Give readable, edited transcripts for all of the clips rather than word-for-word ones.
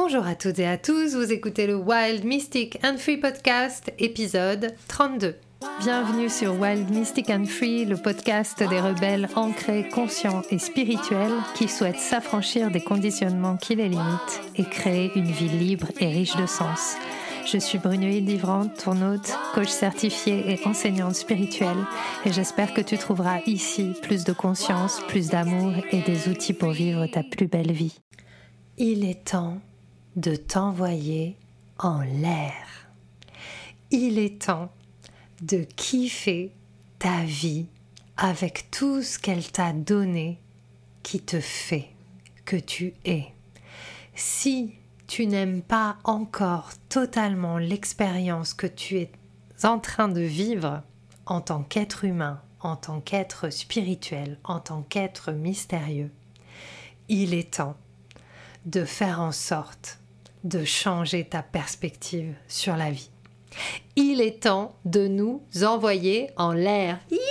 Bonjour à toutes et à tous, vous écoutez le Wild Mystic and Free Podcast, épisode 32. Bienvenue sur Wild Mystic and Free, le podcast des rebelles ancrés, conscients et spirituels qui souhaitent s'affranchir des conditionnements qui les limitent et créer une vie libre et riche de sens. Je suis Brunoïde Livrante, ton hôte, coach certifiée et enseignante spirituelle, et j'espère que tu trouveras ici plus de conscience, plus d'amour et des outils pour vivre ta plus belle vie. Il est temps de t'envoyer en l'air. Il est temps de kiffer ta vie avec tout ce qu'elle t'a donné qui te fait que tu es. Si tu n'aimes pas encore totalement l'expérience que tu es en train de vivre en tant qu'être humain, en tant qu'être spirituel, en tant qu'être mystérieux, il est temps de faire en sorte de changer ta perspective sur la vie. Il est temps de nous envoyer en l'air. Yeah!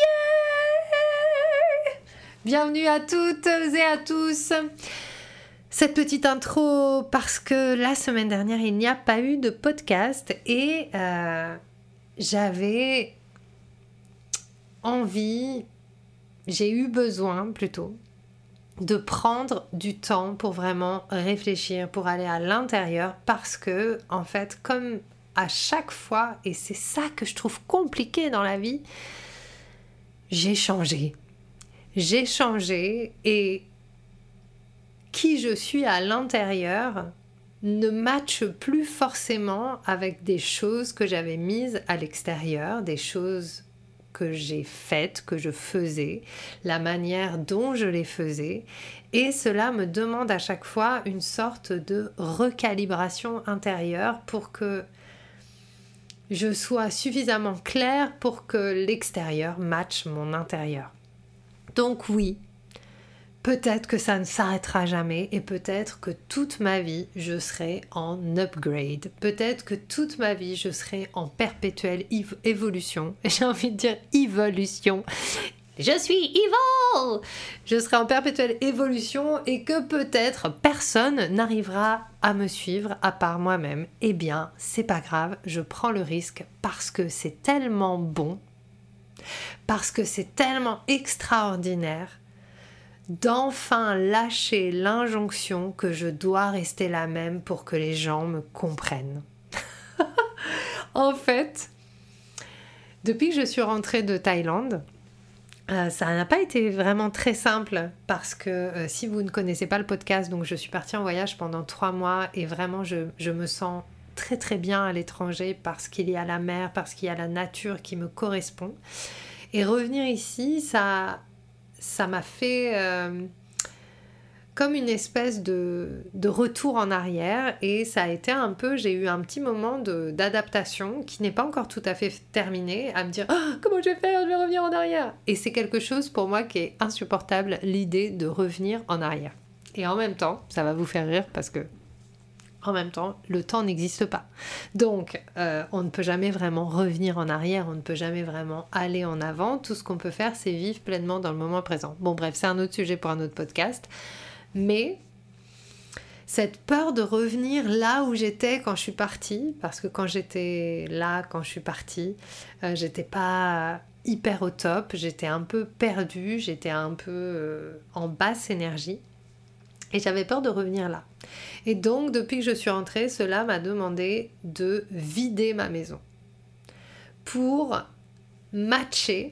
Bienvenue à toutes et à tous. Cette petite intro parce que la semaine dernière, il n'y a pas eu de podcast et j'avais envie, j'ai eu besoin plutôt, de prendre du temps pour vraiment réfléchir, pour aller à l'intérieur parce que, en fait, comme à chaque fois, et c'est ça que je trouve compliqué dans la vie, j'ai changé. J'ai changé et qui je suis à l'intérieur ne matche plus forcément avec des choses que j'avais mises à l'extérieur, des choses que j'ai faites, que je faisais, la manière dont je les faisais, et cela me demande à chaque fois une sorte de recalibration intérieure pour que je sois suffisamment claire pour que l'extérieur matche mon intérieur. Donc oui, peut-être que ça ne s'arrêtera jamais et peut-être que toute ma vie, je serai en upgrade. Peut-être que toute ma vie, je serai en perpétuelle évolution. J'ai envie de dire évolution. Je suis evil! Je serai en perpétuelle évolution et que peut-être personne n'arrivera à me suivre à part moi-même. Eh bien, c'est pas grave, je prends le risque parce que c'est tellement bon, parce que c'est tellement extraordinaire d'enfin lâcher l'injonction que je dois rester la même pour que les gens me comprennent. En fait, depuis que je suis rentrée de Thaïlande, ça n'a pas été vraiment très simple parce que si vous ne connaissez pas le podcast, donc je suis partie en voyage pendant 3 mois et vraiment je me sens très très bien à l'étranger parce qu'il y a la mer, parce qu'il y a la nature qui me correspond. Et revenir ici, ça m'a fait comme une espèce de retour en arrière et ça a été un peu, j'ai eu un petit moment d'adaptation qui n'est pas encore tout à fait terminé, à me dire oh, comment je vais faire, je vais revenir en arrière. Et c'est quelque chose pour moi qui est insupportable, l'idée de revenir en arrière. Et en même temps, ça va vous faire rire parce que en même temps, le temps n'existe pas. Donc, on ne peut jamais vraiment revenir en arrière, on ne peut jamais vraiment aller en avant. Tout ce qu'on peut faire, c'est vivre pleinement dans le moment présent. Bon, bref, c'est un autre sujet pour un autre podcast. Mais cette peur de revenir là où j'étais quand je suis partie, parce que quand j'étais là, quand je suis partie, j'étais pas hyper au top, j'étais un peu perdue, j'étais un peu en basse énergie. Et j'avais peur de revenir là. Et donc, depuis que je suis rentrée, cela m'a demandé de vider ma maison pour matcher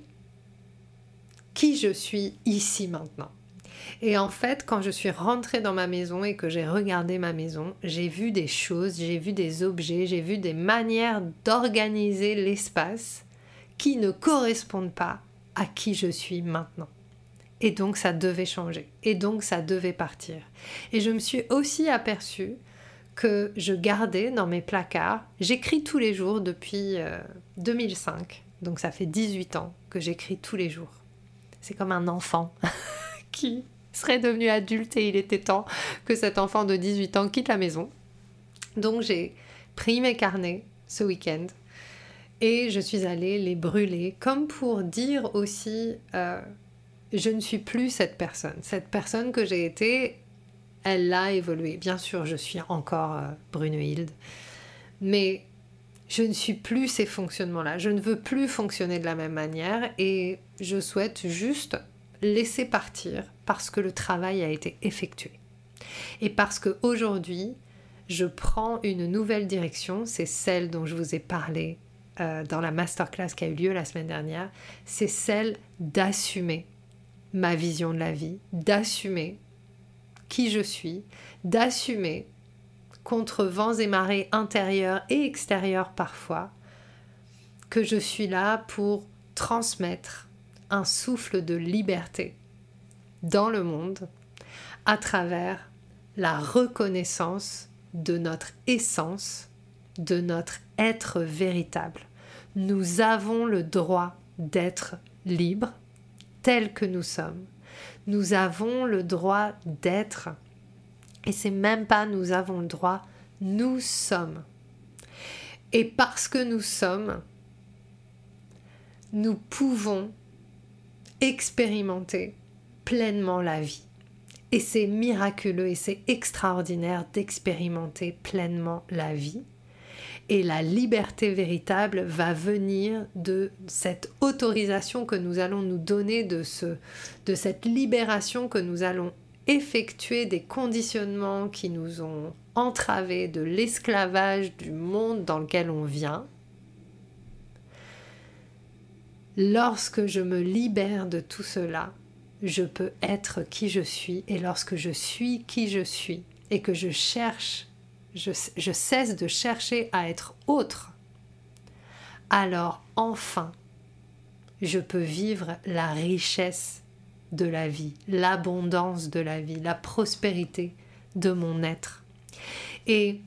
qui je suis ici maintenant. Et en fait, quand je suis rentrée dans ma maison et que j'ai regardé ma maison, j'ai vu des choses, j'ai vu des objets, j'ai vu des manières d'organiser l'espace qui ne correspondent pas à qui je suis maintenant. Et donc ça devait changer, et donc ça devait partir. Et je me suis aussi aperçue que je gardais dans mes placards, j'écris tous les jours depuis 2005, donc ça fait 18 ans que j'écris tous les jours. C'est comme un enfant qui serait devenu adulte et il était temps que cet enfant de 18 ans quitte la maison. Donc j'ai pris mes carnets ce week-end et je suis allée les brûler, comme pour dire aussi... je ne suis plus cette personne que j'ai été, elle a évolué. Bien sûr, je suis encore Brunehilde, mais je ne suis plus ces fonctionnements-là. Je ne veux plus fonctionner de la même manière et je souhaite juste laisser partir parce que le travail a été effectué. Et parce qu'aujourd'hui, je prends une nouvelle direction, c'est celle dont je vous ai parlé dans la masterclass qui a eu lieu la semaine dernière, c'est celle d'assumer ma vision de la vie, d'assumer qui je suis, d'assumer contre vents et marées intérieurs et extérieurs parfois, que je suis là pour transmettre un souffle de liberté dans le monde à travers la reconnaissance de notre essence, de notre être véritable. Nous avons le droit d'être libres tels que nous sommes. Nous avons le droit d'être, et c'est même pas nous avons le droit, nous sommes. Et parce que nous sommes, nous pouvons expérimenter pleinement la vie. Et c'est miraculeux et c'est extraordinaire d'expérimenter pleinement la vie. Et la liberté véritable va venir de cette autorisation que nous allons nous donner, de cette libération que nous allons effectuer des conditionnements qui nous ont entravés, de l'esclavage du monde dans lequel on vient. Lorsque je me libère de tout cela, je peux être qui je suis, et lorsque je suis qui je suis et que je cherche, je cesse de chercher à être autre, alors enfin je peux vivre la richesse de la vie, l'abondance de la vie, la prospérité de mon être. Et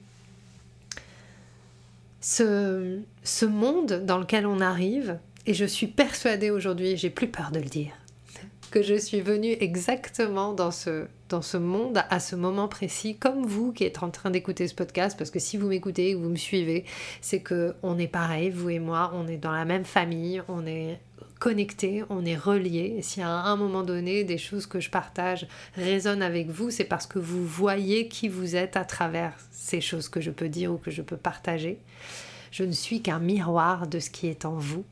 ce monde dans lequel on arrive, et je suis persuadée aujourd'hui, j'ai plus peur de le dire, que je suis venue exactement dans ce monde à ce moment précis, comme vous qui êtes en train d'écouter ce podcast, parce que si vous m'écoutez et que vous me suivez, c'est qu'on est pareil, vous et moi, on est dans la même famille, on est connectés, on est reliés. Et si à un moment donné, des choses que je partage résonnent avec vous, c'est parce que vous voyez qui vous êtes à travers ces choses que je peux dire ou que je peux partager. Je ne suis qu'un miroir de ce qui est en vous.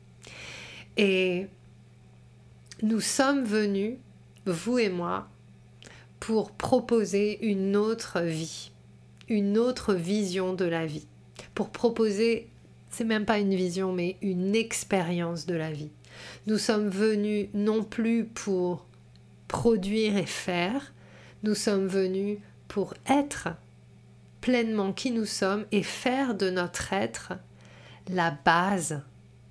Et nous sommes venus, vous et moi, pour proposer une autre vie, une autre vision de la vie. Pour proposer, c'est même pas une vision, mais une expérience de la vie. Nous sommes venus non plus pour produire et faire, nous sommes venus pour être pleinement qui nous sommes et faire de notre être la base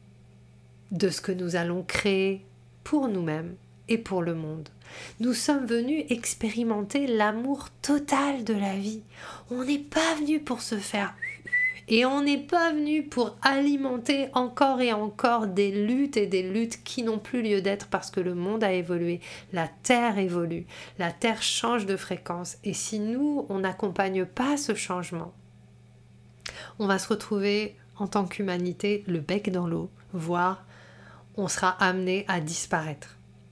de ce que nous allons créer pour nous-mêmes et pour le monde. Nous sommes venus expérimenter l'amour total de la vie. On n'est pas venu pour se faire et on n'est pas venu pour alimenter encore et encore des luttes et des luttes qui n'ont plus lieu d'être parce que le monde a évolué, la Terre évolue, la Terre change de fréquence et si nous, on n'accompagne pas ce changement, on va se retrouver en tant qu'humanité le bec dans l'eau, voire on sera amené à disparaître.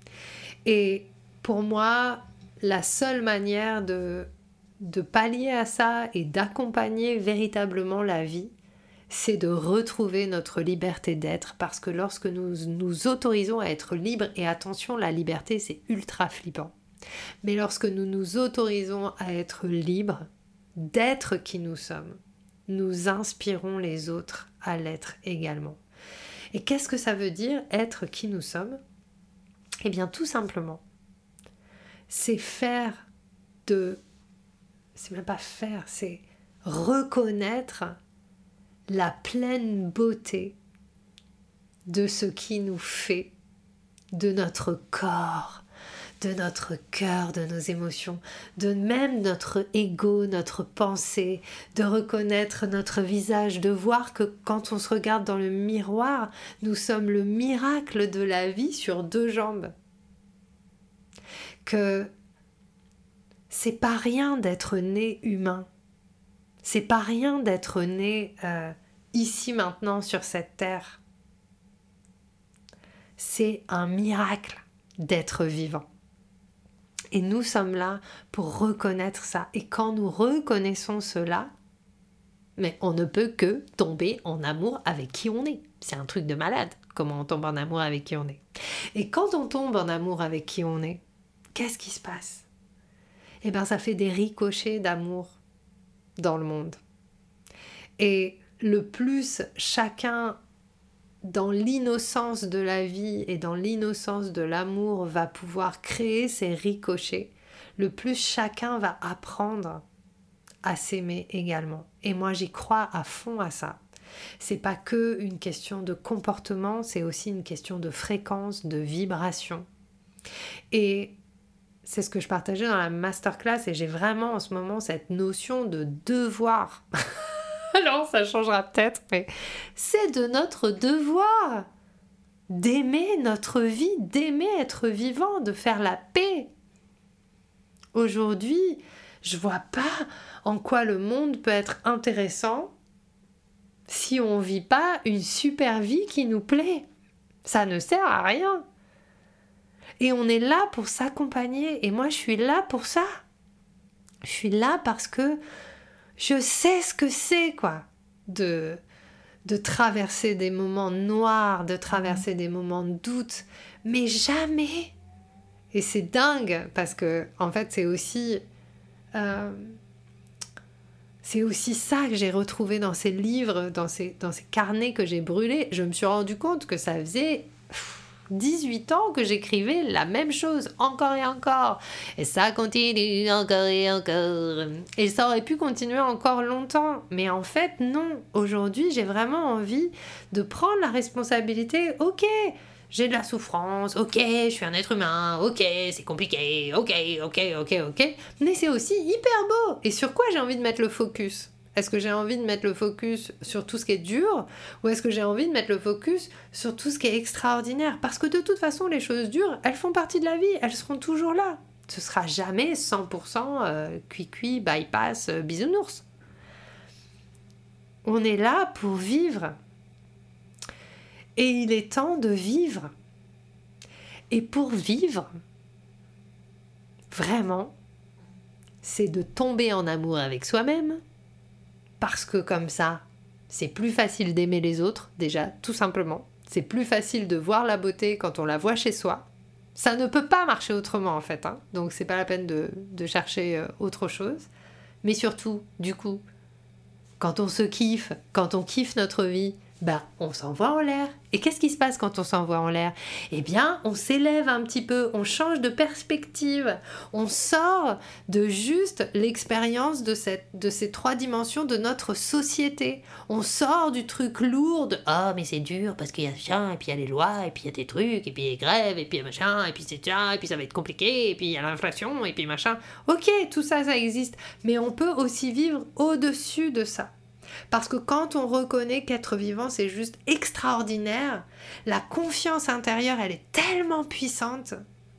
Et pour moi, la seule manière de pallier à ça et d'accompagner véritablement la vie, c'est de retrouver notre liberté d'être parce que lorsque nous nous autorisons à être libres, et attention, la liberté c'est ultra flippant, mais lorsque nous nous autorisons à être libres, d'être qui nous sommes, nous inspirons les autres à l'être également. Et qu'est-ce que ça veut dire être qui nous sommes ? Eh bien tout simplement, c'est c'est reconnaître la pleine beauté de ce qui nous fait, de notre corps, de notre cœur, de nos émotions, de même notre ego, notre pensée, de reconnaître notre visage, de voir que quand on se regarde dans le miroir, nous sommes le miracle de la vie sur deux jambes. Que c'est pas rien d'être né humain. C'est pas rien d'être né ici maintenant sur cette terre. C'est un miracle d'être vivant. Et nous sommes là pour reconnaître ça. Et quand nous reconnaissons cela, mais on ne peut que tomber en amour avec qui on est. C'est un truc de malade, comment on tombe en amour avec qui on est. Et quand on tombe en amour avec qui on est, qu'est-ce qui se passe? Eh bien, ça fait des ricochets d'amour dans le monde. Et le plus chacun, dans l'innocence de la vie et dans l'innocence de l'amour, va pouvoir créer ces ricochets, le plus chacun va apprendre à s'aimer également. Et moi, j'y crois à fond à ça. C'est pas que une question de comportement, c'est aussi une question de fréquence, de vibration. Et c'est ce que je partageais dans la masterclass, et j'ai vraiment en ce moment cette notion de devoir. Alors, ça changera peut-être, mais c'est de notre devoir d'aimer notre vie, d'aimer être vivant, de faire la paix. Aujourd'hui, je vois pas en quoi le monde peut être intéressant si on vit pas une super vie qui nous plaît. Ça ne sert à rien. Et on est là pour s'accompagner. Et moi, je suis là pour ça. Je suis là parce que je sais ce que c'est, quoi, de traverser des moments noirs, de traverser des moments de doute, mais jamais. Et c'est dingue, parce que, en fait, c'est aussi ça que j'ai retrouvé dans ces livres, dans ces carnets que j'ai brûlés. Je me suis rendu compte que ça faisait 18 ans que j'écrivais la même chose, encore et encore. Et ça continue encore et encore. Et ça aurait pu continuer encore longtemps. Mais en fait, non. Aujourd'hui, j'ai vraiment envie de prendre la responsabilité. Ok, j'ai de la souffrance. Ok, je suis un être humain. Ok, c'est compliqué. Ok. Mais c'est aussi hyper beau. Et sur quoi j'ai envie de mettre le focus ? Est-ce que j'ai envie de mettre le focus sur tout ce qui est dur, ou est-ce que j'ai envie de mettre le focus sur tout ce qui est extraordinaire ? Parce que de toute façon, les choses dures, elles font partie de la vie, elles seront toujours là. Ce sera jamais 100% cuit, bypass, bisounours. On est là pour vivre. Et il est temps de vivre. Et pour vivre, vraiment, c'est de tomber en amour avec soi-même, parce que comme ça, c'est plus facile d'aimer les autres, déjà, tout simplement. C'est plus facile de voir la beauté quand on la voit chez soi. Ça ne peut pas marcher autrement, en fait. Donc, c'est pas la peine de chercher autre chose. Mais surtout, du coup, quand on se kiffe, quand on kiffe notre vie, on s'envoie en l'air. Et qu'est-ce qui se passe quand on s'envoie en l'air ? Eh bien, on s'élève un petit peu, on change de perspective, on sort de juste l'expérience de ces 3 dimensions de notre société. On sort du truc lourd de « Ah, mais c'est dur parce qu'il y a ça, et puis il y a les lois, et puis il y a des trucs, et puis il y a les grèves, et puis il y a machin, et puis c'est ça, et puis ça va être compliqué, et puis il y a l'inflation, et puis machin. » Ok, tout ça, ça existe. Mais on peut aussi vivre au-dessus de ça. Parce que quand on reconnaît qu'être vivant, c'est juste extraordinaire, la confiance intérieure, elle est tellement puissante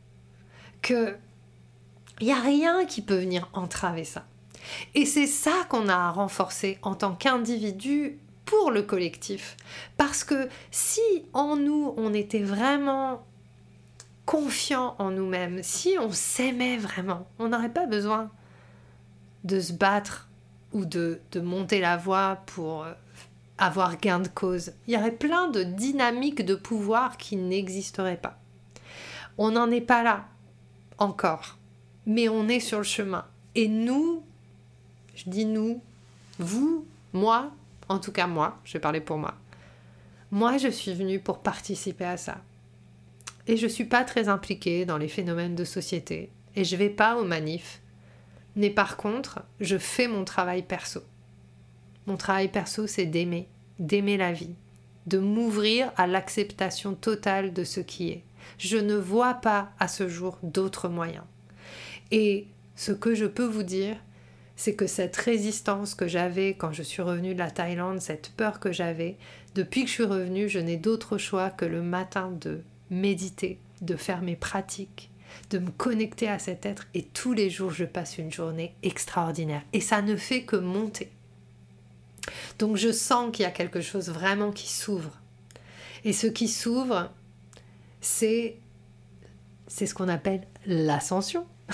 que il n'y a rien qui peut venir entraver ça. Et c'est ça qu'on a à renforcer en tant qu'individu pour le collectif. Parce que si en nous, on était vraiment confiant en nous-mêmes, si on s'aimait vraiment, on n'aurait pas besoin de se battre ou de monter la voix pour avoir gain de cause. Il y aurait plein de dynamiques de pouvoir qui n'existeraient pas. On n'en est pas là, encore. Mais on est sur le chemin. Et nous, je dis nous, vous, moi, en tout cas moi, je vais parler pour moi. Moi, je suis venue pour participer à ça. Et je ne suis pas très impliquée dans les phénomènes de société. Et je ne vais pas aux manifs. Mais par contre, je fais mon travail perso. Mon travail perso, c'est d'aimer la vie, de m'ouvrir à l'acceptation totale de ce qui est. Je ne vois pas à ce jour d'autres moyens. Et ce que je peux vous dire, c'est que cette résistance que j'avais quand je suis revenue de la Thaïlande, cette peur que j'avais, depuis que je suis revenue, je n'ai d'autre choix que le matin de méditer, de faire mes pratiques, de me connecter à cet être, et tous les jours je passe une journée extraordinaire et ça ne fait que monter. Donc je sens qu'il y a quelque chose vraiment qui s'ouvre, et ce qui s'ouvre, c'est ce qu'on appelle l'ascension.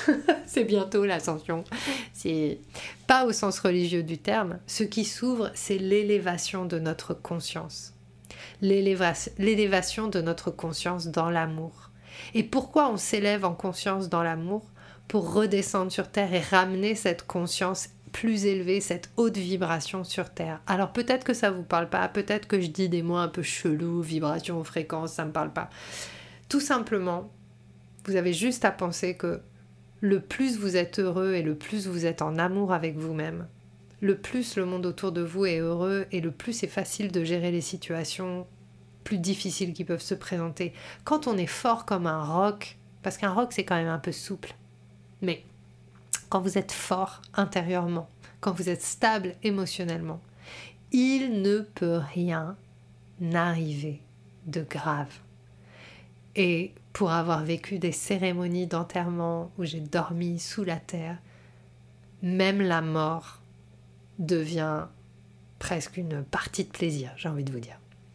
C'est bientôt l'ascension. C'est pas au sens religieux du terme. Ce qui s'ouvre, c'est l'élévation de notre conscience. L'élévation de notre conscience dans l'amour. Et pourquoi on s'élève en conscience dans l'amour? Pour redescendre sur Terre et ramener cette conscience plus élevée, cette haute vibration sur Terre. Alors peut-être que ça vous parle pas, peut-être que je dis des mots un peu chelous, vibration, fréquence, ça me parle pas. Tout simplement, vous avez juste à penser que le plus vous êtes heureux et le plus vous êtes en amour avec vous-même, le plus le monde autour de vous est heureux et le plus c'est facile de gérer les situations plus difficiles qui peuvent se présenter. Quand on est fort comme un roc, parce qu'un roc c'est quand même un peu souple, mais quand vous êtes fort intérieurement, quand vous êtes stable émotionnellement, il ne peut rien arriver de grave. Et pour avoir vécu des cérémonies d'enterrement où j'ai dormi sous la terre, même la mort devient presque une partie de plaisir, j'ai envie de vous dire.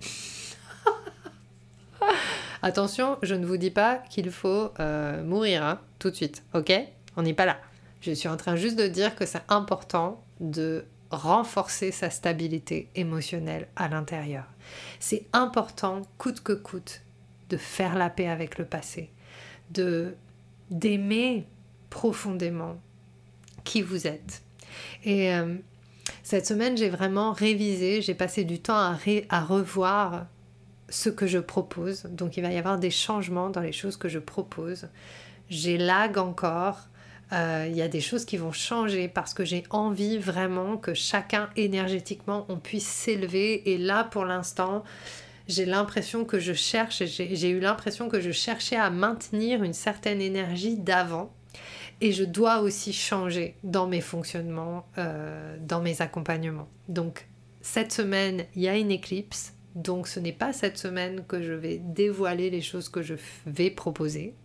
Attention, je ne vous dis pas qu'il faut mourir tout de suite, ok? On n'est pas là. Je suis en train juste de dire que c'est important de renforcer sa stabilité émotionnelle à l'intérieur. C'est important, coûte que coûte, de faire la paix avec le passé, d'aimer profondément qui vous êtes. Et cette semaine, j'ai vraiment révisé, j'ai passé du temps à revoir ce que je propose. Donc il va y avoir des changements dans les choses que je propose. J'ai lag encore. Il y a des choses qui vont changer parce que j'ai envie vraiment que chacun énergétiquement on puisse s'élever. Et là pour l'instant, j'ai l'impression que j'ai eu l'impression que je cherchais à maintenir une certaine énergie d'avant. Et je dois aussi changer dans mes fonctionnements, dans mes accompagnements. Donc cette semaine, il y a une éclipse. Donc ce n'est pas cette semaine que je vais dévoiler les choses que je vais proposer.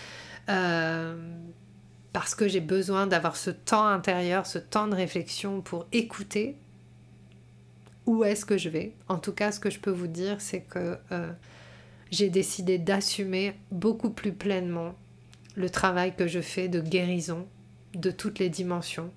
Parce que j'ai besoin d'avoir ce temps intérieur, ce temps de réflexion pour écouter où est-ce que je vais. En tout cas, ce que je peux vous dire, c'est que j'ai décidé d'assumer beaucoup plus pleinement le travail que je fais de guérison de toutes les dimensions.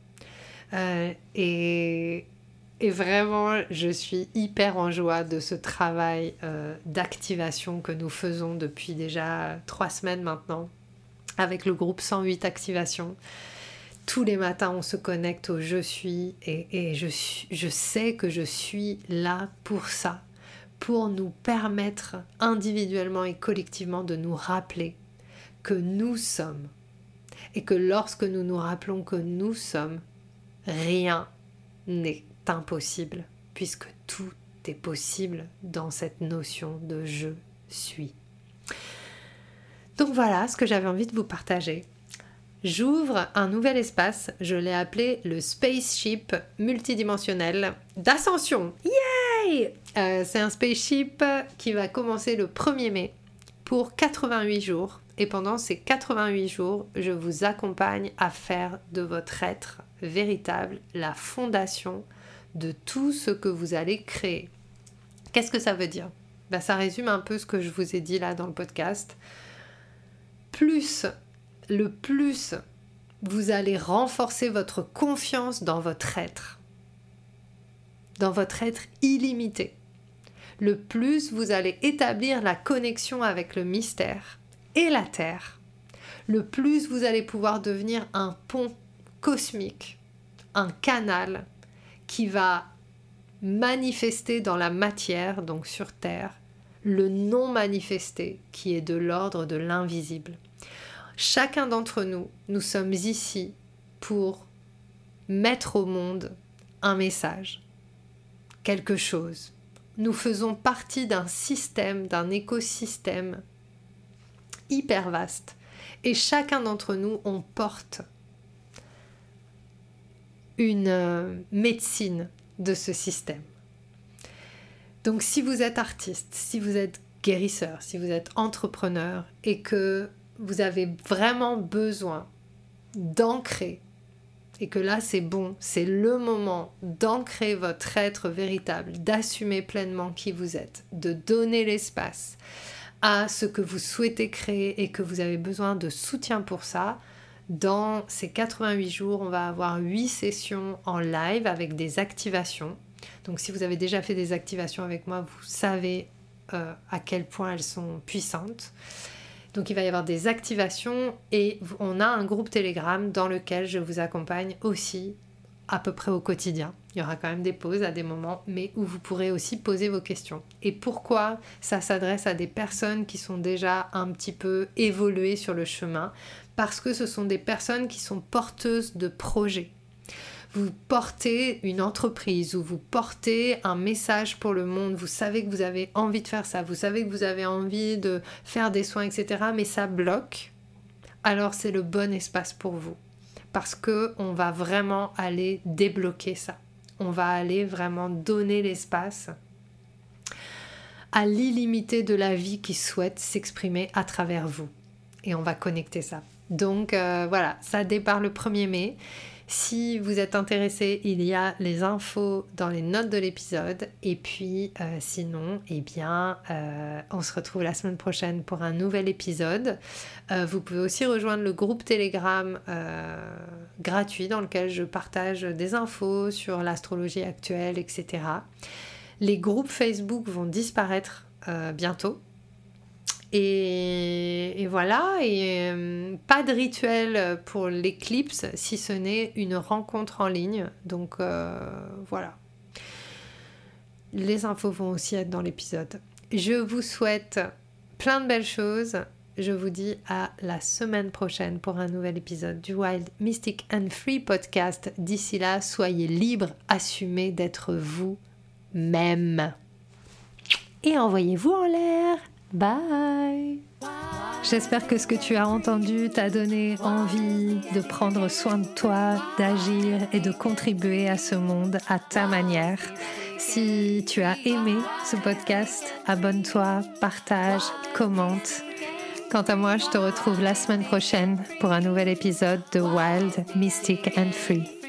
Et vraiment, je suis hyper en joie de ce travail d'activation que nous faisons depuis déjà 3 semaines maintenant, avec le groupe 108 Activation. Tous les matins, on se connecte au Je suis et je sais que je suis là pour ça, pour nous permettre individuellement et collectivement de nous rappeler que nous sommes. Et que lorsque nous nous rappelons que nous sommes, rien n'est impossible, puisque tout est possible dans cette notion de je suis. Donc voilà ce que j'avais envie de vous partager. J'ouvre un nouvel espace, je l'ai appelé le spaceship multidimensionnel d'ascension. Yay! C'est un spaceship qui va commencer le 1er mai pour 88 jours. Et pendant ces 88 jours, je vous accompagne à faire de votre être véritable la fondation de tout ce que vous allez créer. Qu'est-ce que ça veut dire? Ça résume un peu ce que je vous ai dit là dans le podcast. Le plus vous allez renforcer votre confiance dans votre être illimité, le plus vous allez établir la connexion avec le mystère et la Terre, le plus vous allez pouvoir devenir un pont cosmique, un canal qui va manifester dans la matière, donc sur Terre, le non manifesté qui est de l'ordre de l'invisible. Chacun d'entre nous, nous sommes ici pour mettre au monde un message, quelque chose. Nous faisons partie d'un système, d'un écosystème hyper vaste. Et chacun d'entre nous, on porte une médecine de ce système. Donc si vous êtes artiste, si vous êtes guérisseur, si vous êtes entrepreneur et que vous avez vraiment besoin d'ancrer, et que là c'est bon, c'est le moment d'ancrer votre être véritable, d'assumer pleinement qui vous êtes, de donner l'espace à ce que vous souhaitez créer et que vous avez besoin de soutien pour ça, Dans ces 88 jours, on va avoir 8 sessions en live avec des activations. Donc si vous avez déjà fait des activations avec moi, vous savez à quel point elles sont puissantes. Donc il va y avoir des activations et on a un groupe Telegram dans lequel je vous accompagne aussi à peu près au quotidien. Il y aura quand même des pauses à des moments, mais où vous pourrez aussi poser vos questions. Et pourquoi ça s'adresse à des personnes qui sont déjà un petit peu évoluées sur le chemin? Parce que ce sont des personnes qui sont porteuses de projets. Vous portez une entreprise ou vous portez un message pour le monde, vous savez que vous avez envie de faire ça, vous savez que vous avez envie de faire des soins, etc. Mais ça bloque, alors c'est le bon espace pour vous. Parce qu'on va vraiment aller débloquer ça. On va aller vraiment donner l'espace à l'illimité de la vie qui souhaite s'exprimer à travers vous. Et on va connecter ça. Donc voilà, ça démarre le 1er mai. Si vous êtes intéressé, il y a les infos dans les notes de l'épisode. Et puis sinon, on se retrouve la semaine prochaine pour un nouvel épisode. Vous pouvez aussi rejoindre le groupe Telegram gratuit dans lequel je partage des infos sur l'astrologie actuelle, etc. Les groupes Facebook vont disparaître bientôt. Et voilà, et pas de rituel pour l'éclipse si ce n'est une rencontre en ligne. Donc voilà. Les infos vont aussi être dans l'épisode. Je vous souhaite plein de belles choses. Je vous dis à la semaine prochaine pour un nouvel épisode du Wild, Mystic and Free podcast. D'ici là, soyez libres, assumez d'être vous-même. Et envoyez-vous en l'air. Bye! J'espère que ce que tu as entendu t'a donné envie de prendre soin de toi, d'agir et de contribuer à ce monde à ta manière. Si tu as aimé ce podcast, abonne-toi, partage, commente. Quant à moi, je te retrouve la semaine prochaine pour un nouvel épisode de Wild, Mystic and Free.